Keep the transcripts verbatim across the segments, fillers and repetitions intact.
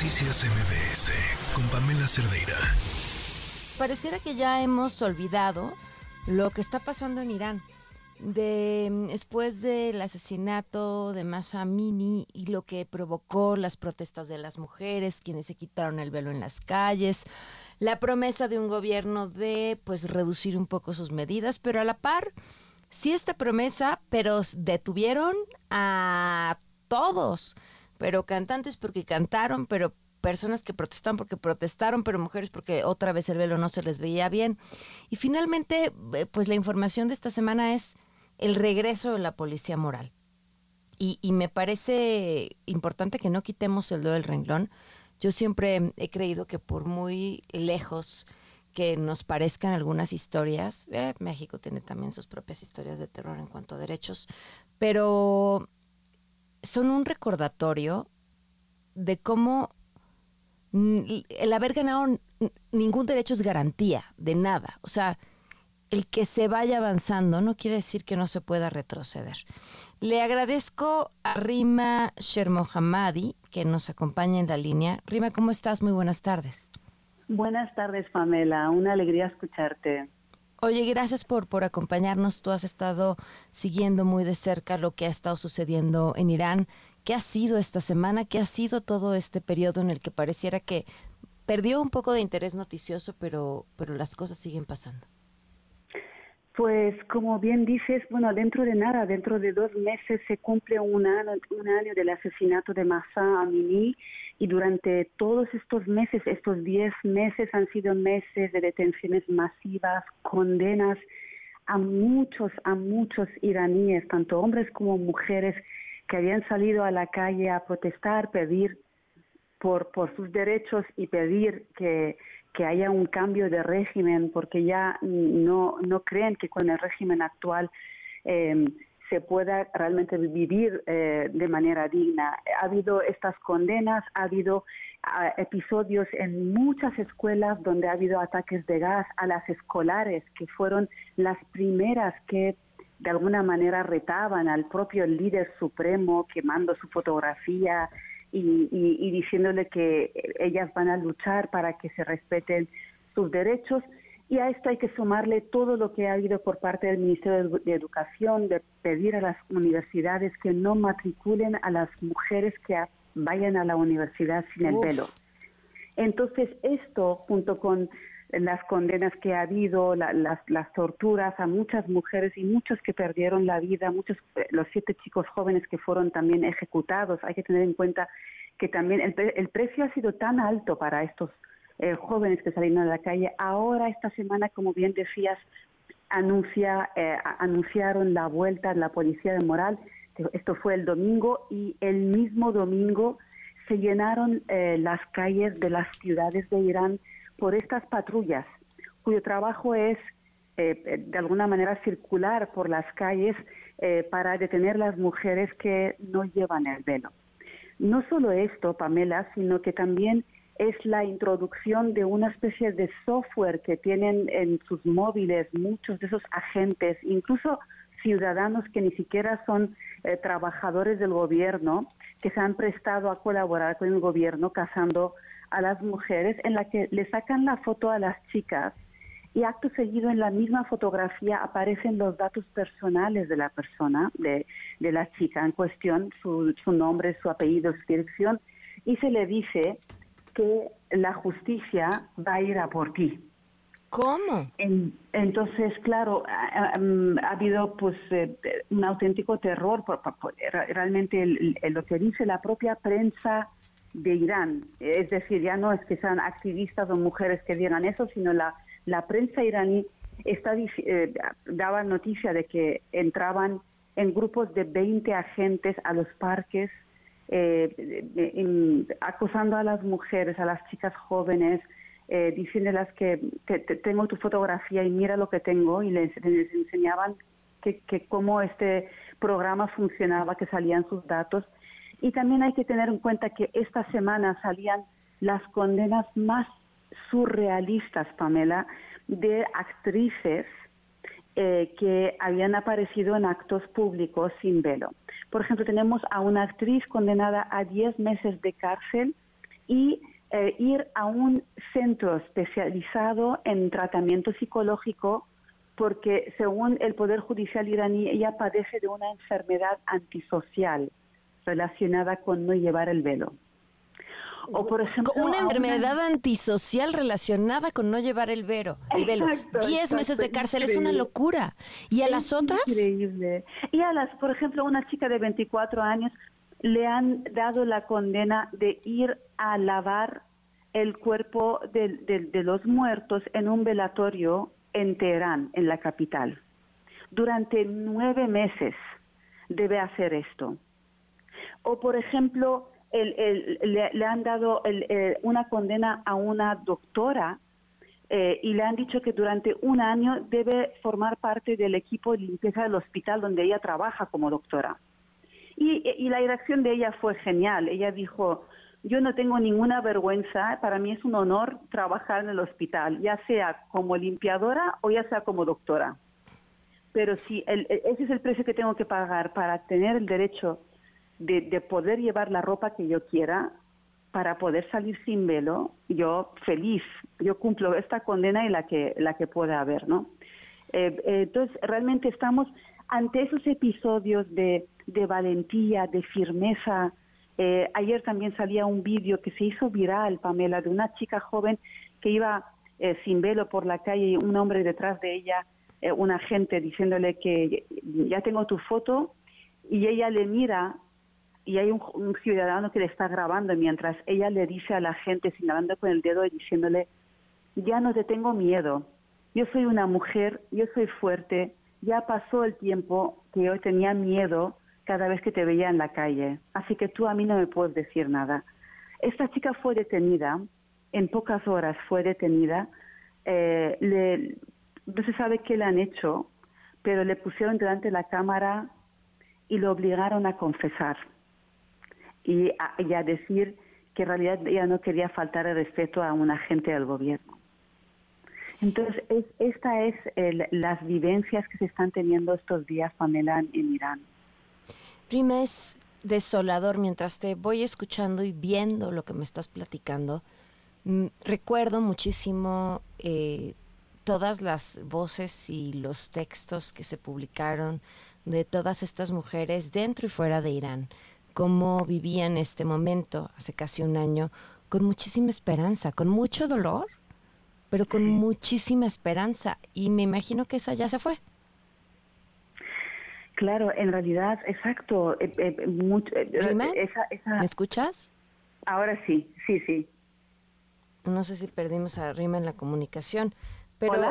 Noticias M B S con Pamela Cerdeira. Pareciera que ya hemos olvidado lo que está pasando en Irán. De, después del asesinato de Mahsa Amini y lo que provocó las protestas de las mujeres, quienes se quitaron el velo en las calles, la promesa de un gobierno de pues reducir un poco sus medidas, pero a la par, sí esta promesa, pero detuvieron a todos, pero cantantes porque cantaron, pero personas que protestaron porque protestaron, pero mujeres porque otra vez el velo no se les veía bien. Y finalmente, pues la información de esta semana es el regreso de la policía moral. Y, y me parece importante que no quitemos el dedo del renglón. Yo siempre he creído que por muy lejos que nos parezcan algunas historias, eh, México tiene también sus propias historias de terror en cuanto a derechos, pero son un recordatorio de cómo el haber ganado ningún derecho es garantía de nada. O sea, el que se vaya avanzando no quiere decir que no se pueda retroceder. Le agradezco a Rima Shermohammadi que nos acompaña en la línea. Rima, ¿cómo estás? Muy buenas tardes. Buenas tardes, Pamela. Una alegría escucharte. Oye, gracias por, por acompañarnos. Tú has estado siguiendo muy de cerca lo que ha estado sucediendo en Irán. ¿Qué ha sido esta semana? ¿Qué ha sido todo este periodo en el que pareciera que perdió un poco de interés noticioso, pero, pero las cosas siguen pasando? Pues como bien dices, bueno, dentro de nada, dentro de dos meses se cumple un año, un año del asesinato de Mahsa Amini y durante todos estos meses, estos diez meses han sido meses de detenciones masivas, condenas a muchos, a muchos iraníes, tanto hombres como mujeres, que habían salido a la calle a protestar, pedir por, por sus derechos y pedir que, que haya un cambio de régimen, porque ya no, no creen que con el régimen actual eh, se pueda realmente vivir eh, de manera digna. Ha habido estas condenas, ha habido uh, episodios en muchas escuelas donde ha habido ataques de gas a las escolares, que fueron las primeras que de alguna manera retaban al propio líder supremo, quemando su fotografía y, y, y diciéndole que ellas van a luchar para que se respeten sus derechos. Y a esto hay que sumarle todo lo que ha habido por parte del Ministerio de Educación, de pedir a las universidades que no matriculen a las mujeres que vayan a la universidad sin el velo. Entonces esto, junto con las condenas que ha habido, la, las, las torturas a muchas mujeres y muchos que perdieron la vida, muchos, los siete chicos jóvenes que fueron también ejecutados. Hay que tener en cuenta que también el, el precio ha sido tan alto para estos eh, jóvenes que salieron a la calle. Ahora, esta semana, como bien decías, anuncia, eh, anunciaron la vuelta de la policía de moral. Esto fue el domingo y el mismo domingo se llenaron eh, las calles de las ciudades de Irán por estas patrullas, cuyo trabajo es, eh, de alguna manera, circular por las calles eh, para detener a las mujeres que no llevan el velo. No solo esto, Pamela, sino que también es la introducción de una especie de software que tienen en sus móviles muchos de esos agentes, incluso ciudadanos que ni siquiera son eh, trabajadores del gobierno, que se han prestado a colaborar con el gobierno cazando a las mujeres, en la que le sacan la foto a las chicas y acto seguido en la misma fotografía aparecen los datos personales de la persona, de, de la chica en cuestión, su, su nombre, su apellido, su dirección, y se le dice que la justicia va a ir a por ti. ¿Cómo? En, entonces, claro, ha, ha habido pues eh, un auténtico terror, por, por, por, realmente el, el, lo que dice la propia prensa de Irán, es decir, ya no es que sean activistas o mujeres que digan eso, sino la, la prensa iraní está, eh, daba noticia de que entraban en grupos de veinte agentes a los parques, eh, en, acosando a las mujeres, a las chicas jóvenes, eh, diciéndoles que te, te, tengo tu fotografía y mira lo que tengo, y les, les enseñaban que, que cómo este programa funcionaba, que salían sus datos. Y también hay que tener en cuenta que esta semana salían las condenas más surrealistas, Pamela, de actrices eh, que habían aparecido en actos públicos sin velo. Por ejemplo, tenemos a una actriz condenada a diez meses de cárcel y eh, ir a un centro especializado en tratamiento psicológico, porque según el Poder Judicial iraní, ella padece de una enfermedad antisocial relacionada con no llevar el velo. O por ejemplo, una enfermedad una... antisocial relacionada con no llevar el velo. El velo. Exacto, Diez exacto, meses de cárcel increíble. Es una locura. ¿Y a es las otras? Increíble. Y a las, por ejemplo, una chica de veinticuatro años le han dado la condena de ir a lavar el cuerpo de, de, de los muertos en un velatorio en Teherán, en la capital. Durante nueve meses debe hacer esto. O, por ejemplo, el, el, le, le han dado el, eh, una condena a una doctora eh, y le han dicho que durante un año debe formar parte del equipo de limpieza del hospital donde ella trabaja como doctora. Y, y la reacción de ella fue genial. Ella dijo, yo no tengo ninguna vergüenza, para mí es un honor trabajar en el hospital, ya sea como limpiadora o ya sea como doctora. Pero si el, ese es el precio que tengo que pagar para tener el derecho De, de poder llevar la ropa que yo quiera, para poder salir sin velo, yo feliz, yo cumplo esta condena y la que la que pueda haber, ¿no? Eh, eh, entonces, realmente estamos ante esos episodios de, de valentía, de firmeza. Eh, ayer también salía un vídeo que se hizo viral, Pamela, de una chica joven que iba eh, sin velo por la calle y un hombre detrás de ella, eh, un agente diciéndole que ya tengo tu foto, y ella le mira y hay un, un ciudadano que le está grabando mientras ella le dice a la gente, señalando con el dedo y diciéndole, ya no te tengo miedo, yo soy una mujer, yo soy fuerte, ya pasó el tiempo que yo tenía miedo cada vez que te veía en la calle, así que tú a mí no me puedes decir nada. Esta chica fue detenida, en pocas horas fue detenida, eh, le, no se sabe qué le han hecho, pero le pusieron delante de la cámara y lo obligaron a confesar. Y a, y a decir que en realidad ella no quería faltar el respeto a un agente del gobierno. Entonces, es, esta es el, las vivencias que se están teniendo estos días, Pamela, en Irán. Rima, es desolador. Mientras te voy escuchando y viendo lo que me estás platicando, mm, recuerdo muchísimo eh, todas las voces y los textos que se publicaron de todas estas mujeres dentro y fuera de Irán, cómo vivían este momento hace casi un año con muchísima esperanza, con mucho dolor, pero con Sí. muchísima esperanza, y me imagino que esa ya se fue. Claro, en realidad, exacto. Eh, eh, mucho, eh, ¿Rima? esa, esa... ¿Me escuchas? Ahora sí, sí, sí. No sé si perdimos a Rima en la comunicación, ¿Hola? pero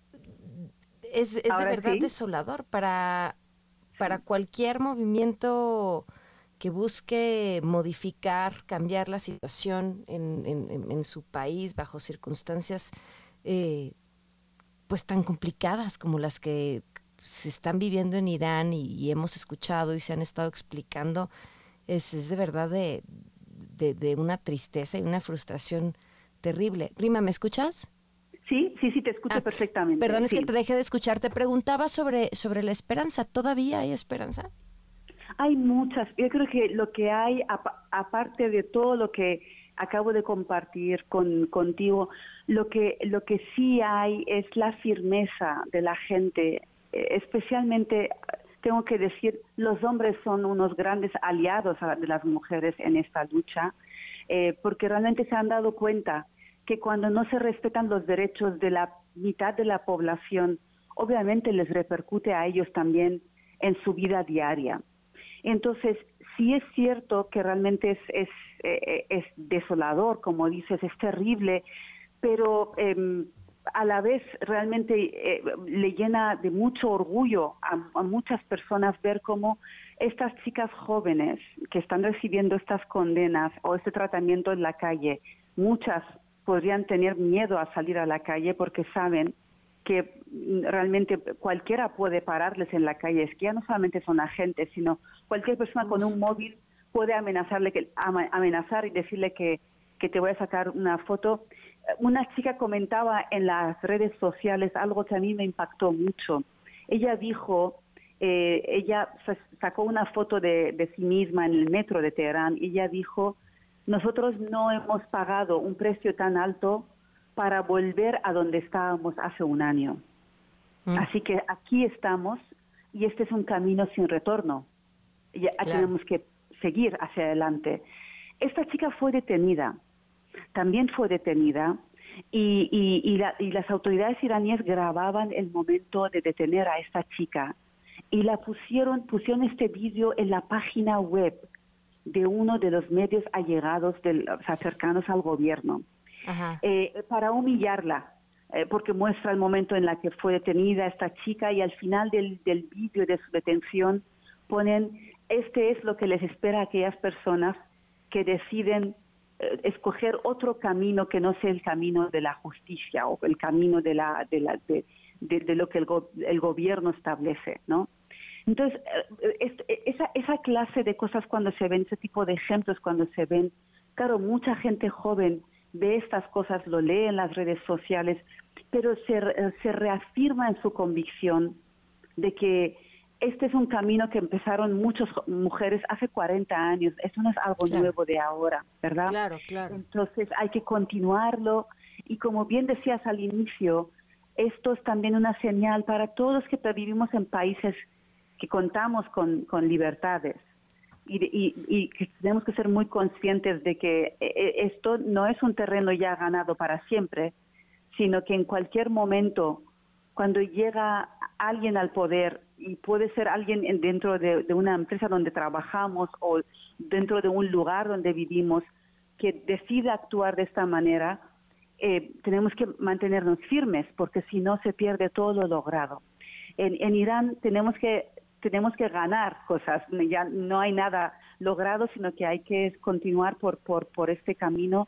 es, es de ¿Ahora verdad sí? desolador para, para Sí. cualquier movimiento que busque modificar, cambiar la situación en, en, en su país bajo circunstancias eh, pues tan complicadas como las que se están viviendo en Irán y, y hemos escuchado y se han estado explicando, es, es de verdad de, de, de una tristeza y una frustración terrible. Rima, ¿me escuchas? Sí, sí, sí, te escucho Ah, perfectamente, perdón, es que te sí. dejé de escuchar. Te preguntaba sobre, sobre la esperanza. ¿Todavía hay esperanza? Hay muchas. Yo creo que lo que hay, apa- aparte de todo lo que acabo de compartir con, contigo, lo que, lo que sí hay es la firmeza de la gente, eh, especialmente, tengo que decir, los hombres son unos grandes aliados a- de las mujeres en esta lucha, eh, porque realmente se han dado cuenta que cuando no se respetan los derechos de la mitad de la población, obviamente les repercute a ellos también en su vida diaria. Entonces, sí es cierto que realmente es, es, eh, es desolador, como dices, es terrible, pero eh, a la vez realmente eh, le llena de mucho orgullo a, a muchas personas ver cómo estas chicas jóvenes que están recibiendo estas condenas o este tratamiento en la calle, muchas podrían tener miedo a salir a la calle porque saben que realmente cualquiera puede pararles en la calle. Es que ya no solamente son agentes, sino cualquier persona Uf. con un móvil puede amenazarle, que, amenazar y decirle que, que te voy a sacar una foto. Una chica comentaba en las redes sociales algo que a mí me impactó mucho. Ella dijo, eh, ella sacó una foto de, de sí misma en el metro de Teherán, y ella dijo, nosotros no hemos pagado un precio tan alto para volver a donde estábamos hace un año. Mm. Así que aquí estamos y este es un camino sin retorno. Ya claro. Tenemos que seguir hacia adelante. Esta chica fue detenida, también fue detenida, y, y, y, la, y las autoridades iraníes grababan el momento de detener a esta chica y la pusieron, pusieron este vídeo en la página web de uno de los medios allegados, del, o sea, cercanos al gobierno, eh, para humillarla, eh, porque muestra el momento en la que fue detenida esta chica y al final del, del vídeo de su detención ponen, este es lo que les espera a aquellas personas que deciden eh, escoger otro camino que no sea el camino de la justicia o el camino de, la, de, la, de, de, de lo que el, go, el gobierno establece, ¿no? Entonces, es, esa, esa clase de cosas cuando se ven, ese tipo de ejemplos cuando se ven, claro, mucha gente joven ve estas cosas, lo lee en las redes sociales, pero se, se reafirma en su convicción de que este es un camino que empezaron muchas mujeres hace cuarenta años, eso no es algo claro. nuevo de ahora, ¿verdad? Claro, claro. Entonces hay que continuarlo y como bien decías al inicio, esto es también una señal para todos que vivimos en países que contamos con, con libertades y, y, y que tenemos que ser muy conscientes de que esto no es un terreno ya ganado para siempre, sino que en cualquier momento, cuando llega alguien al poder, y puede ser alguien dentro de, de una empresa donde trabajamos o dentro de un lugar donde vivimos, que decida actuar de esta manera, eh, tenemos que mantenernos firmes, porque si no se pierde todo lo logrado. En, en Irán tenemos que tenemos que ganar cosas, ya no hay nada logrado, sino que hay que continuar por, por, por este camino.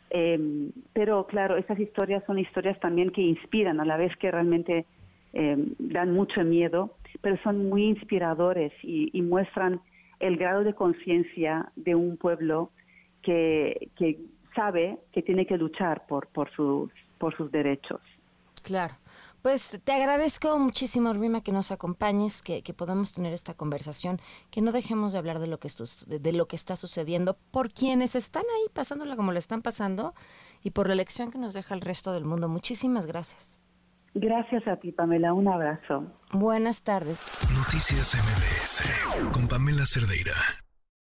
Eh, pero claro, estas historias son historias también que inspiran, a la vez que realmente eh, dan mucho miedo, pero son muy inspiradores y, y muestran el grado de conciencia de un pueblo que, que sabe que tiene que luchar por, por, sus, por sus derechos. Claro. Pues te agradezco muchísimo, Rima, que nos acompañes, que, que podamos tener esta conversación, que no dejemos de hablar de lo que, estos, de, de lo que está sucediendo por quienes están ahí pasándola como la están pasando y por la lección que nos deja el resto del mundo. Muchísimas gracias. Gracias a ti, Pamela. Un abrazo. Buenas tardes. Noticias M B S con Pamela Cerdeira.